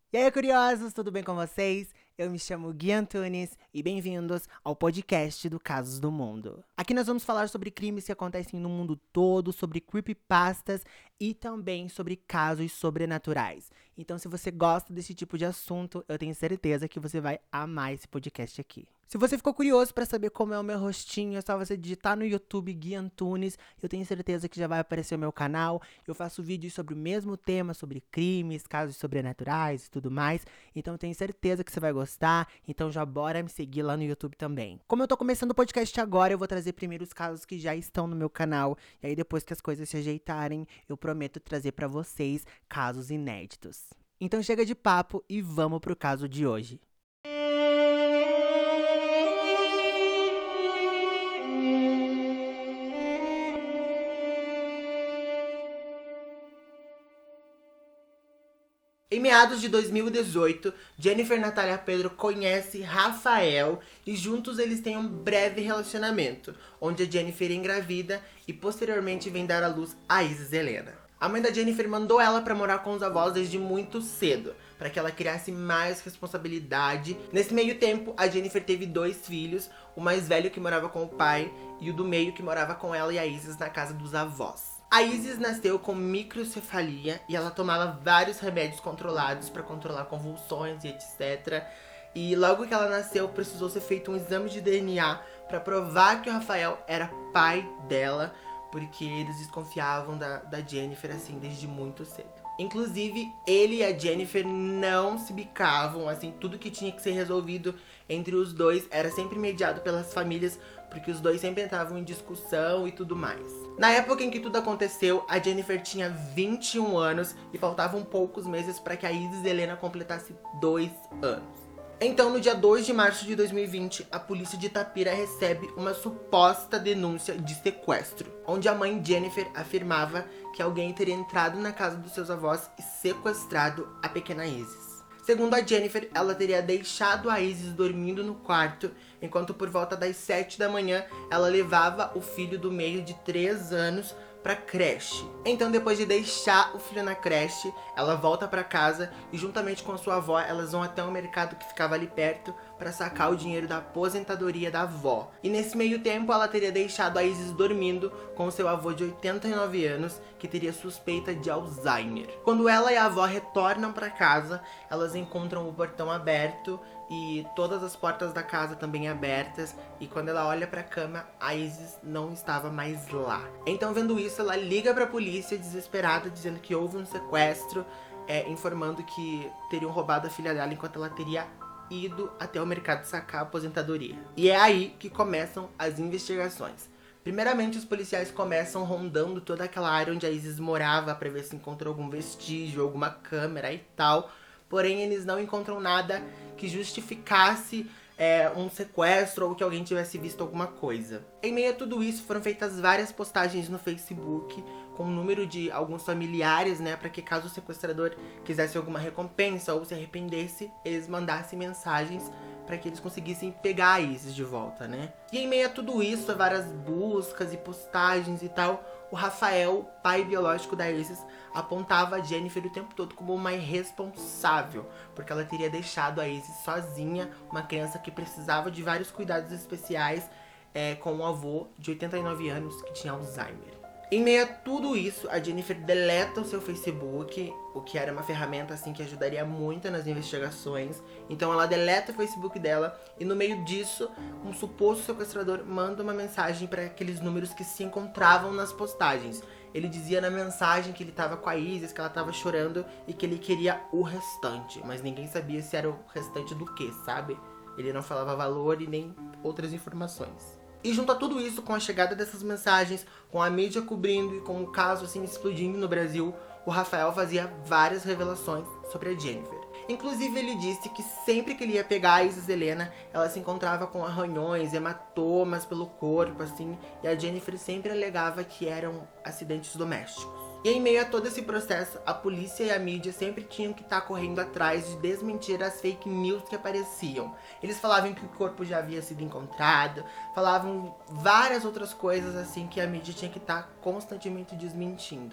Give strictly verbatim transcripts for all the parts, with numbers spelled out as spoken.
E aí, curiosos, tudo bem com vocês? Eu me chamo Gui Antunes e bem-vindos ao podcast do Casos do Mundo. Aqui nós vamos falar sobre crimes que acontecem no mundo todo, sobre creepypastas e também sobre casos sobrenaturais. Então, se você gosta desse tipo de assunto, eu tenho certeza que você vai amar esse podcast aqui. Se você ficou curioso para saber como é o meu rostinho, é só você digitar no YouTube Gui Antunes. Eu tenho certeza que já vai aparecer o meu canal. Eu faço vídeos sobre o mesmo tema, sobre crimes, casos sobrenaturais e tudo mais. Então eu tenho certeza que você vai gostar. Então já bora me seguir lá no YouTube também. Como eu tô começando o podcast agora, eu vou trazer primeiro os casos que já estão no meu canal. E aí depois que as coisas se ajeitarem, eu prometo trazer para vocês casos inéditos. Então chega de papo e vamos pro caso de hoje. Em meados de dois mil e dezoito, Jennifer Natália Pedro conhece Rafael e juntos eles têm um breve relacionamento, onde a Jennifer engravida e posteriormente vem dar à luz a Isis Helena. A mãe da Jennifer mandou ela para morar com os avós desde muito cedo, para que ela criasse mais responsabilidade. Nesse meio tempo, a Jennifer teve dois filhos, o mais velho que morava com o pai e o do meio que morava com ela e a Isis na casa dos avós. A Isis nasceu com microcefalia e ela tomava vários remédios controlados para controlar convulsões e etcétera. E logo que ela nasceu, precisou ser feito um exame de D N A para provar que o Rafael era pai dela, porque eles desconfiavam da, da Jennifer assim desde muito cedo. Inclusive, ele e a Jennifer não se bicavam, assim, tudo que tinha que ser resolvido entre os dois era sempre mediado pelas famílias, porque os dois sempre entravam em discussão e tudo mais. Na época em que tudo aconteceu, a Jennifer tinha vinte e um anos e faltavam poucos meses para que a Isis Helena completasse dois anos. Então, no dia dois de março de dois mil e vinte, a polícia de Itapira recebe uma suposta denúncia de sequestro, onde a mãe Jennifer afirmava que alguém teria entrado na casa dos seus avós e sequestrado a pequena Isis. Segundo a Jennifer, ela teria deixado a Isis dormindo no quarto, enquanto por volta das sete da manhã ela levava o filho do meio de três anos pra creche. Então, depois de deixar o filho na creche, ela volta pra casa e juntamente com a sua avó, elas vão até um mercado que ficava ali perto para sacar o dinheiro da aposentadoria da avó. E nesse meio tempo, ela teria deixado a Isis dormindo com seu avô de oitenta e nove anos, que teria suspeita de Alzheimer. Quando ela e a avó retornam para casa, elas encontram o portão aberto e todas as portas da casa também abertas, e quando ela olha pra cama, a Isis não estava mais lá. Então, vendo isso, ela liga pra polícia desesperada, dizendo que houve um sequestro, é, informando que teriam roubado a filha dela enquanto ela teria ido até o mercado sacar a aposentadoria. E é aí que começam as investigações. Primeiramente, os policiais começam rondando toda aquela área onde a Isis morava para ver se encontrou algum vestígio, alguma câmera e tal. Porém, eles não encontram nada que justificasse é, um sequestro ou que alguém tivesse visto alguma coisa. Em meio a tudo isso, foram feitas várias postagens no Facebook com o número de alguns familiares, né, para que caso o sequestrador quisesse alguma recompensa ou se arrependesse, eles mandassem mensagens para que eles conseguissem pegar a Isis de volta, né? E em meio a tudo isso, a várias buscas e postagens e tal, o Rafael, pai biológico da Isis, apontava a Jennifer o tempo todo como uma irresponsável, porque ela teria deixado a Isis sozinha, uma criança que precisava de vários cuidados especiais, é, com um avô de oitenta e nove anos que tinha Alzheimer. Em meio a tudo isso, a Jennifer deleta o seu Facebook, o que era uma ferramenta assim que ajudaria muito nas investigações. Então ela deleta o Facebook dela e no meio disso, um suposto sequestrador manda uma mensagem para aqueles números que se encontravam nas postagens. Ele dizia na mensagem que ele estava com a Isis, que ela estava chorando e que ele queria o restante, mas ninguém sabia se era o restante do que, sabe? Ele não falava valor e nem outras informações. E junto a tudo isso, com a chegada dessas mensagens, com a mídia cobrindo e com o caso assim explodindo no Brasil, o Rafael fazia várias revelações sobre a Jennifer. Inclusive, ele disse que sempre que ele ia pegar a Isis Helena, ela se encontrava com arranhões, hematomas pelo corpo, assim, e a Jennifer sempre alegava que eram acidentes domésticos. E em meio a todo esse processo, a polícia e a mídia sempre tinham que estar correndo atrás de desmentir as fake news que apareciam. Eles falavam que o corpo já havia sido encontrado, falavam várias outras coisas assim que a mídia tinha que estar constantemente desmentindo.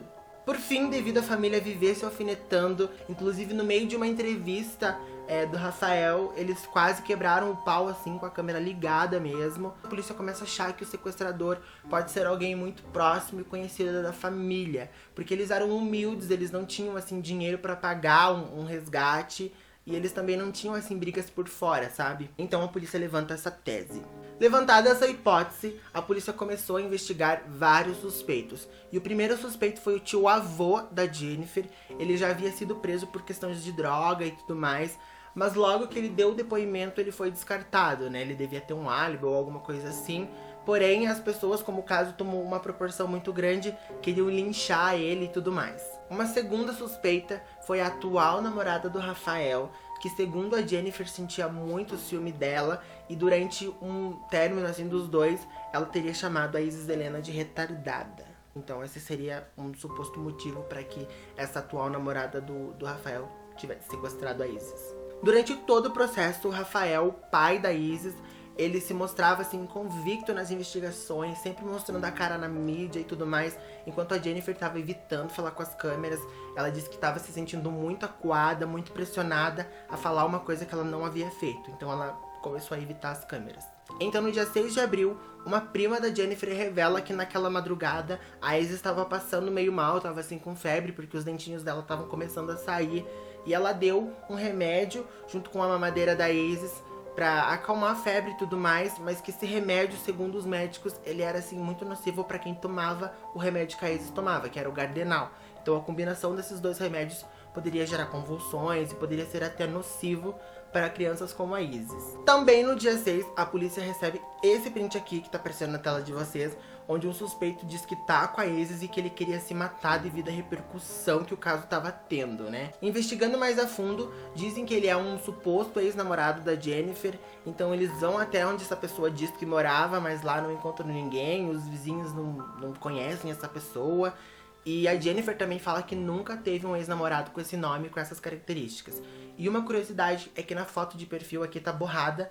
Por fim, devido à família viver se alfinetando, inclusive no meio de uma entrevista é, do Rafael, eles quase quebraram o pau assim, com a câmera ligada mesmo. A polícia começa a achar que o sequestrador pode ser alguém muito próximo e conhecido da família, porque eles eram humildes, eles não tinham assim dinheiro para pagar um, um resgate. E eles também não tinham, assim, brigas por fora, sabe? Então a polícia levanta essa tese. Levantada essa hipótese, a polícia começou a investigar vários suspeitos. E o primeiro suspeito foi o tio-avô da Jennifer. Ele já havia sido preso por questões de droga e tudo mais. Mas logo que ele deu o depoimento, ele foi descartado, né? Ele devia ter um álibi ou alguma coisa assim. Porém, as pessoas, como o caso tomou uma proporção muito grande, queriam linchar ele e tudo mais. Uma segunda suspeita foi a atual namorada do Rafael, que segundo a Jennifer sentia muito ciúme dela e durante um término assim dos dois, ela teria chamado a Isis Helena de retardada. Então esse seria um suposto motivo para que essa atual namorada do, do Rafael tivesse sequestrado a Isis. Durante todo o processo, o Rafael, pai da Isis, ele se mostrava assim convicto nas investigações, sempre mostrando a cara na mídia e tudo mais, enquanto a Jennifer estava evitando falar com as câmeras. Ela disse que estava se sentindo muito acuada, muito pressionada a falar uma coisa que ela não havia feito, então ela começou a evitar as câmeras. Então no dia seis de abril, uma prima da Jennifer revela que naquela madrugada a Isis estava passando meio mal, estava assim com febre, porque os dentinhos dela estavam começando a sair, e ela deu um remédio junto com a mamadeira da Isis pra acalmar a febre e tudo mais, mas que esse remédio, segundo os médicos, ele era assim muito nocivo pra quem tomava o remédio que a Isis tomava, que era o Gardenal. Então a combinação desses dois remédios poderia gerar convulsões e poderia ser até nocivo para crianças como a Isis. Também no dia seis, a polícia recebe esse print aqui que tá aparecendo na tela de vocês, onde um suspeito diz que tá com a Isis e que ele queria se matar devido à repercussão que o caso tava tendo, né? Investigando mais a fundo, dizem que ele é um suposto ex-namorado da Jennifer, então eles vão até onde essa pessoa diz que morava, mas lá não encontram ninguém, os vizinhos não, não conhecem essa pessoa. E a Jennifer também fala que nunca teve um ex-namorado com esse nome, com essas características. E uma curiosidade é que na foto de perfil aqui tá borrada,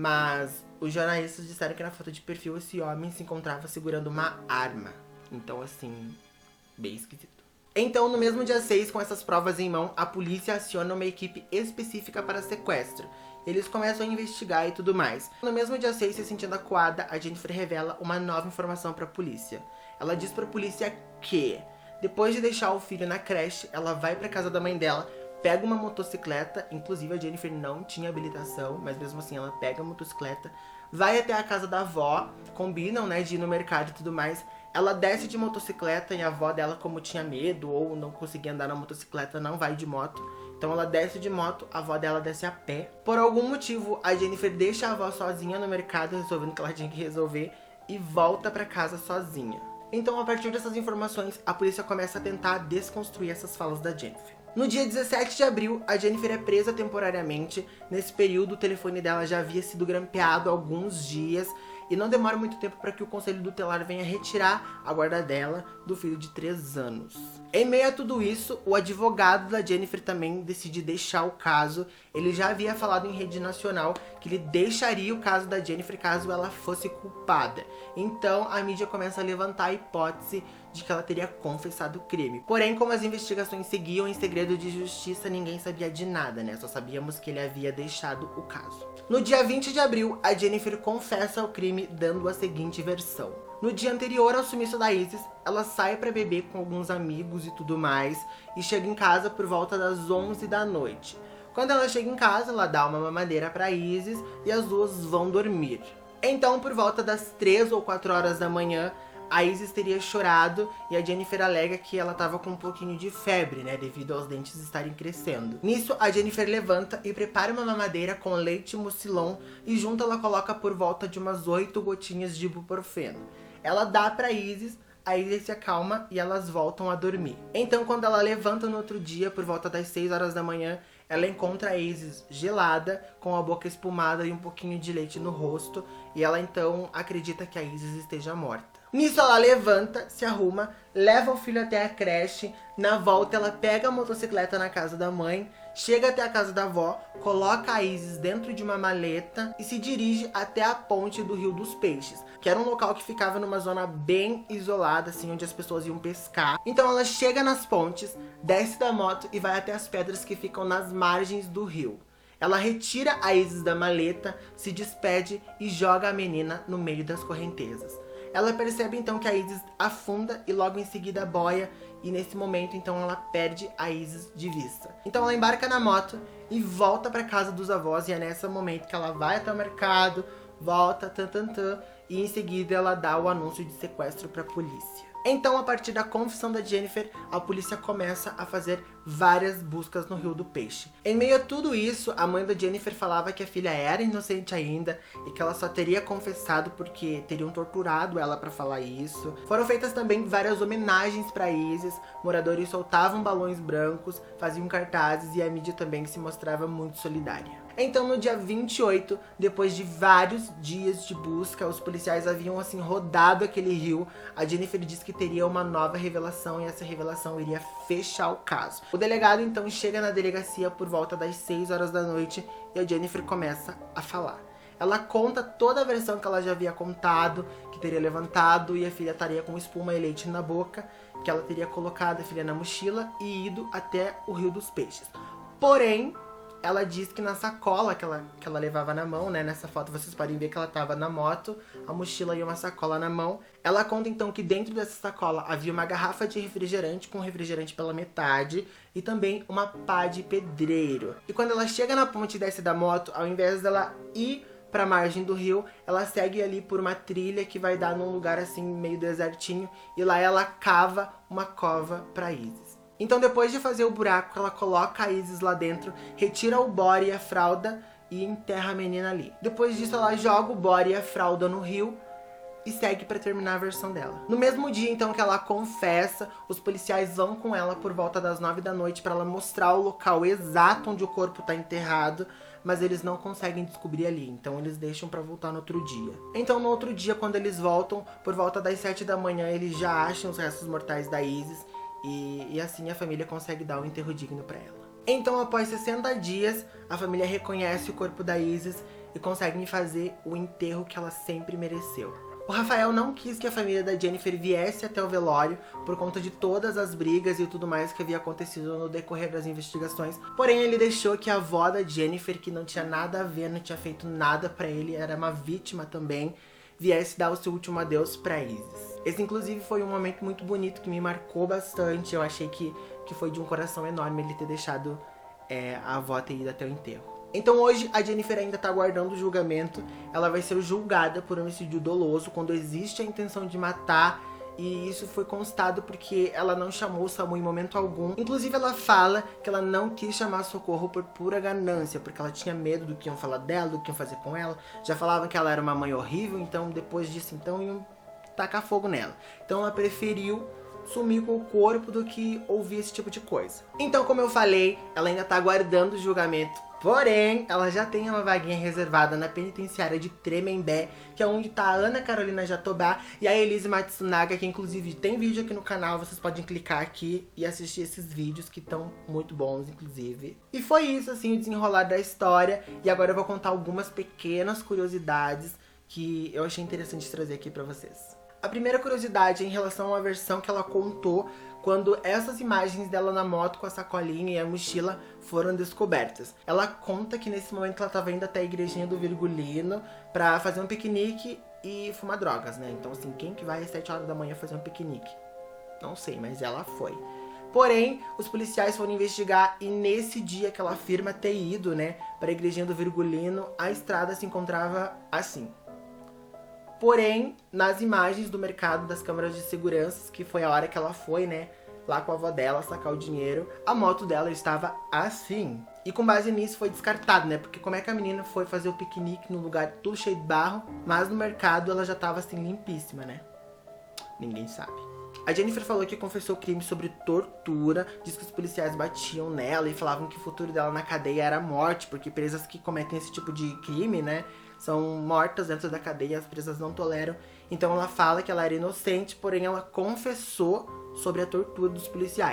mas os jornalistas disseram que na foto de perfil esse homem se encontrava segurando uma arma. Então, assim, bem esquisito. Então, no mesmo dia seis, com essas provas em mão, a polícia aciona uma equipe específica para sequestro. Eles começam a investigar e tudo mais. No mesmo dia seis, se sentindo acuada, a Jennifer revela uma nova informação para a polícia. Ela diz para a polícia que, depois de deixar o filho na creche, ela vai para casa da mãe dela, pega uma motocicleta, inclusive a Jennifer não tinha habilitação, mas mesmo assim ela pega a motocicleta, vai até a casa da avó, combinam, né, de ir no mercado e tudo mais. Ela desce de motocicleta e a avó dela, como tinha medo ou não conseguia andar na motocicleta, não vai de moto. Então ela desce de moto, a avó dela desce a pé. Por algum motivo, a Jennifer deixa a avó sozinha no mercado, resolvendo o que ela tinha que resolver, e volta pra casa sozinha. Então, a partir dessas informações, a polícia começa a tentar desconstruir essas falas da Jennifer. No dia dezessete de abril, a Jennifer é presa temporariamente. Nesse período, o telefone dela já havia sido grampeado há alguns dias. E não demora muito tempo para que o Conselho Tutelar venha retirar a guarda dela do filho de três anos. Em meio a tudo isso, o advogado da Jennifer também decide deixar o caso. Ele já havia falado em rede nacional que ele deixaria o caso da Jennifer caso ela fosse culpada. Então a mídia começa a levantar a hipótese de que ela teria confessado o crime. Porém, como as investigações seguiam em segredo de justiça, ninguém sabia de nada, né? Só sabíamos que ele havia deixado o caso. No dia vinte de abril, a Jennifer confessa o crime dando a seguinte versão. No dia anterior ao sumiço da Isis, ela sai pra beber com alguns amigos e tudo mais e chega em casa por volta das onze da noite. Quando ela chega em casa, ela dá uma mamadeira pra Isis e as duas vão dormir. Então, por volta das três ou quatro horas da manhã, a Isis teria chorado e a Jennifer alega que ela tava com um pouquinho de febre, né, devido aos dentes estarem crescendo. Nisso, a Jennifer levanta e prepara uma mamadeira com leite Mucilon e junto ela coloca por volta de umas oito gotinhas de ibuprofeno. Ela dá pra Isis, a Isis se acalma e elas voltam a dormir. Então, quando ela levanta no outro dia, por volta das seis horas da manhã, ela encontra a Isis gelada, com a boca espumada e um pouquinho de leite no rosto, e ela então acredita que a Isis esteja morta. Nisso ela levanta, se arruma, leva o filho até a creche, na volta ela pega a motocicleta na casa da mãe, chega até a casa da avó, coloca a Isis dentro de uma maleta e se dirige até a ponte do Rio dos Peixes, que era um local que ficava numa zona bem isolada, assim, onde as pessoas iam pescar. Então ela chega nas pontes, desce da moto e vai até as pedras que ficam nas margens do rio. Ela retira a Isis da maleta, se despede e joga a menina no meio das correntezas. Ela percebe então que a Isis afunda e logo em seguida boia, e nesse momento então ela perde a Isis de vista. Então ela embarca na moto e volta para casa dos avós, e é nesse momento que ela vai até o mercado, volta, tan, tan, tan, e em seguida ela dá o anúncio de sequestro para a polícia. Então, a partir da confissão da Jennifer, a polícia começa a fazer várias buscas no Rio do Peixe. Em meio a tudo isso, a mãe da Jennifer falava que a filha era inocente ainda e que ela só teria confessado porque teriam torturado ela para falar isso. Foram feitas também várias homenagens para Isis, moradores soltavam balões brancos, faziam cartazes e a mídia também se mostrava muito solidária. Então, no dia vinte e oito, depois de vários dias de busca, os policiais haviam assim rodado aquele rio. A Jennifer disse que teria uma nova revelação e essa revelação iria fechar o caso. O delegado então chega na delegacia por volta das seis horas da noite e a Jennifer começa a falar. Ela conta toda a versão que ela já havia contado, que teria levantado e a filha estaria com espuma e leite na boca, que ela teria colocado a filha na mochila e ido até o Rio dos Peixes. Porém, ela diz que na sacola que ela, que ela levava na mão, né? Nessa foto vocês podem ver que ela tava na moto, a mochila e uma sacola na mão. Ela conta então que dentro dessa sacola havia uma garrafa de refrigerante com refrigerante pela metade e também uma pá de pedreiro. E quando ela chega na ponte e desce da moto, ao invés dela ir pra margem do rio, ela segue ali por uma trilha que vai dar num lugar assim meio desertinho e lá ela cava uma cova pra Isis. Então, depois de fazer o buraco, ela coloca a Isis lá dentro, retira o body e a fralda e enterra a menina ali. Depois disso, ela joga o body e a fralda no rio e segue para terminar a versão dela. No mesmo dia, então, que ela confessa, os policiais vão com ela por volta das nove da noite para ela mostrar o local exato onde o corpo está enterrado, mas eles não conseguem descobrir ali, então eles deixam para voltar no outro dia. Então, no outro dia, quando eles voltam, por volta das sete da manhã, eles já acham os restos mortais da Isis, E, e assim a família consegue dar um enterro digno pra ela. Então, após sessenta dias, a família reconhece o corpo da Isis e conseguem fazer o enterro que ela sempre mereceu. O Rafael não quis que a família da Jennifer viesse até o velório por conta de todas as brigas e tudo mais que havia acontecido no decorrer das investigações. Porém, ele deixou que a avó da Jennifer, que não tinha nada a ver, não tinha feito nada pra ele, era uma vítima também, viesse dar o seu último adeus pra Isis. Esse, inclusive, foi um momento muito bonito que me marcou bastante. Eu achei que, que foi de um coração enorme ele ter deixado é, a avó ter ido até o enterro. Então, hoje, a Jennifer ainda tá aguardando o julgamento. Ela vai ser julgada por homicídio doloso, quando existe a intenção de matar. E isso foi constado porque ela não chamou o SAMU em momento algum. Inclusive, ela fala que ela não quis chamar socorro por pura ganância, porque ela tinha medo do que iam falar dela, do que iam fazer com ela. Já falavam que ela era uma mãe horrível, então depois disso, então, iam tacar fogo nela. Então ela preferiu sumir com o corpo do que ouvir esse tipo de coisa. Então, como eu falei, ela ainda tá aguardando o julgamento. Porém, ela já tem uma vaguinha reservada na penitenciária de Tremembé, que é onde tá a Ana Carolina Jatobá e a Elise Matsunaga, que inclusive tem vídeo aqui no canal, vocês podem clicar aqui e assistir esses vídeos que estão muito bons, inclusive. E foi isso, assim, o desenrolar da história. E agora eu vou contar algumas pequenas curiosidades que eu achei interessante trazer aqui pra vocês. A primeira curiosidade é em relação a uma versão que ela contou quando essas imagens dela na moto com a sacolinha e a mochila foram descobertas. Ela conta que nesse momento ela estava indo até a igrejinha do Virgulino pra fazer um piquenique e fumar drogas, né? Então, assim, quem que vai às sete horas da manhã fazer um piquenique? Não sei, mas ela foi. Porém, os policiais foram investigar e nesse dia que ela afirma ter ido, né, pra igrejinha do Virgulino, a estrada se encontrava assim. Porém, nas imagens do mercado das câmeras de segurança, que foi a hora que ela foi, né, lá com a avó dela sacar o dinheiro, a moto dela estava assim. E com base nisso foi descartado, né, porque como é que a menina foi fazer o piquenique num lugar tudo cheio de barro, mas no mercado ela já estava assim limpíssima, né? Ninguém sabe. A Jennifer falou que confessou crime sobre tortura, diz que os policiais batiam nela e falavam que o futuro dela na cadeia era a morte, porque presas que cometem esse tipo de crime, né, são mortas dentro da cadeia, as presas não toleram. Então ela fala que ela era inocente, porém ela confessou sobre a tortura dos policiais.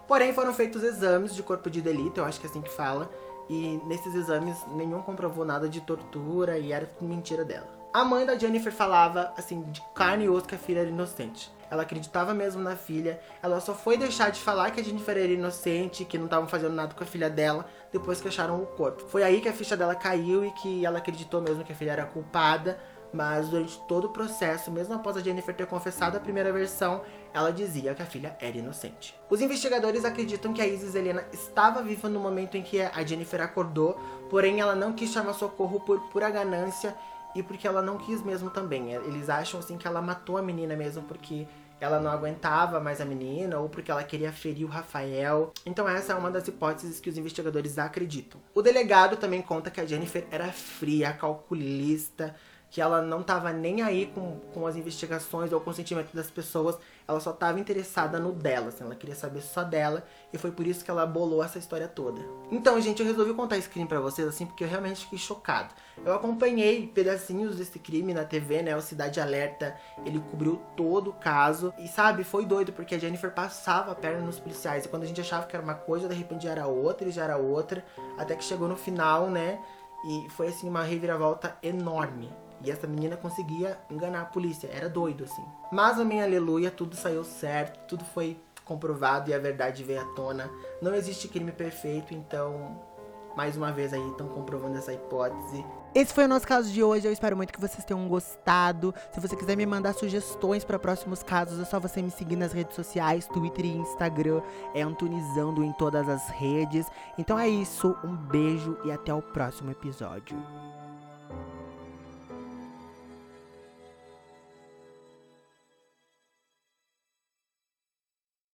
Porém, foram feitos exames de corpo de delito, eu acho que é assim que fala. E nesses exames, nenhum comprovou nada de tortura e era tudo mentira dela. A mãe da Jennifer falava, assim, de carne e osso que a filha era inocente. Ela acreditava mesmo na filha. Ela só foi deixar de falar que a Jennifer era inocente, que não estavam fazendo nada com a filha dela, depois que acharam o corpo. Foi aí que a ficha dela caiu e que ela acreditou mesmo que a filha era culpada. Mas durante todo o processo, mesmo após a Jennifer ter confessado a primeira versão, ela dizia que a filha era inocente. Os investigadores acreditam que a Isis Helena estava viva no momento em que a Jennifer acordou, porém ela não quis chamar socorro por pura ganância e porque ela não quis mesmo também. Eles acham assim que ela matou a menina mesmo porque ela não aguentava mais a menina ou porque ela queria ferir o Rafael. Então essa é uma das hipóteses que os investigadores acreditam. O delegado também conta que a Jennifer era fria, calculista, que ela não tava nem aí com, com as investigações ou com o sentimento das pessoas, ela só tava interessada no dela, assim, ela queria saber só dela, e foi por isso que ela bolou essa história toda. Então, gente, eu resolvi contar esse crime pra vocês, assim, porque eu realmente fiquei chocado. Eu acompanhei pedacinhos desse crime na T V, né, o Cidade Alerta, ele cobriu todo o caso, e sabe, foi doido, porque a Jennifer passava a perna nos policiais, e quando a gente achava que era uma coisa, de repente já era outra, e já era outra, até que chegou no final, né, e foi, assim, uma reviravolta enorme. E essa menina conseguia enganar a polícia, era doido assim. Mas, amém, aleluia, tudo saiu certo, tudo foi comprovado e a verdade veio à tona. Não existe crime perfeito, então, mais uma vez aí, estão comprovando essa hipótese. Esse foi o nosso caso de hoje, eu espero muito que vocês tenham gostado. Se você quiser me mandar sugestões para próximos casos, é só você me seguir nas redes sociais, Twitter e Instagram, é Antonizando em todas as redes. Então é isso, um beijo e até o próximo episódio.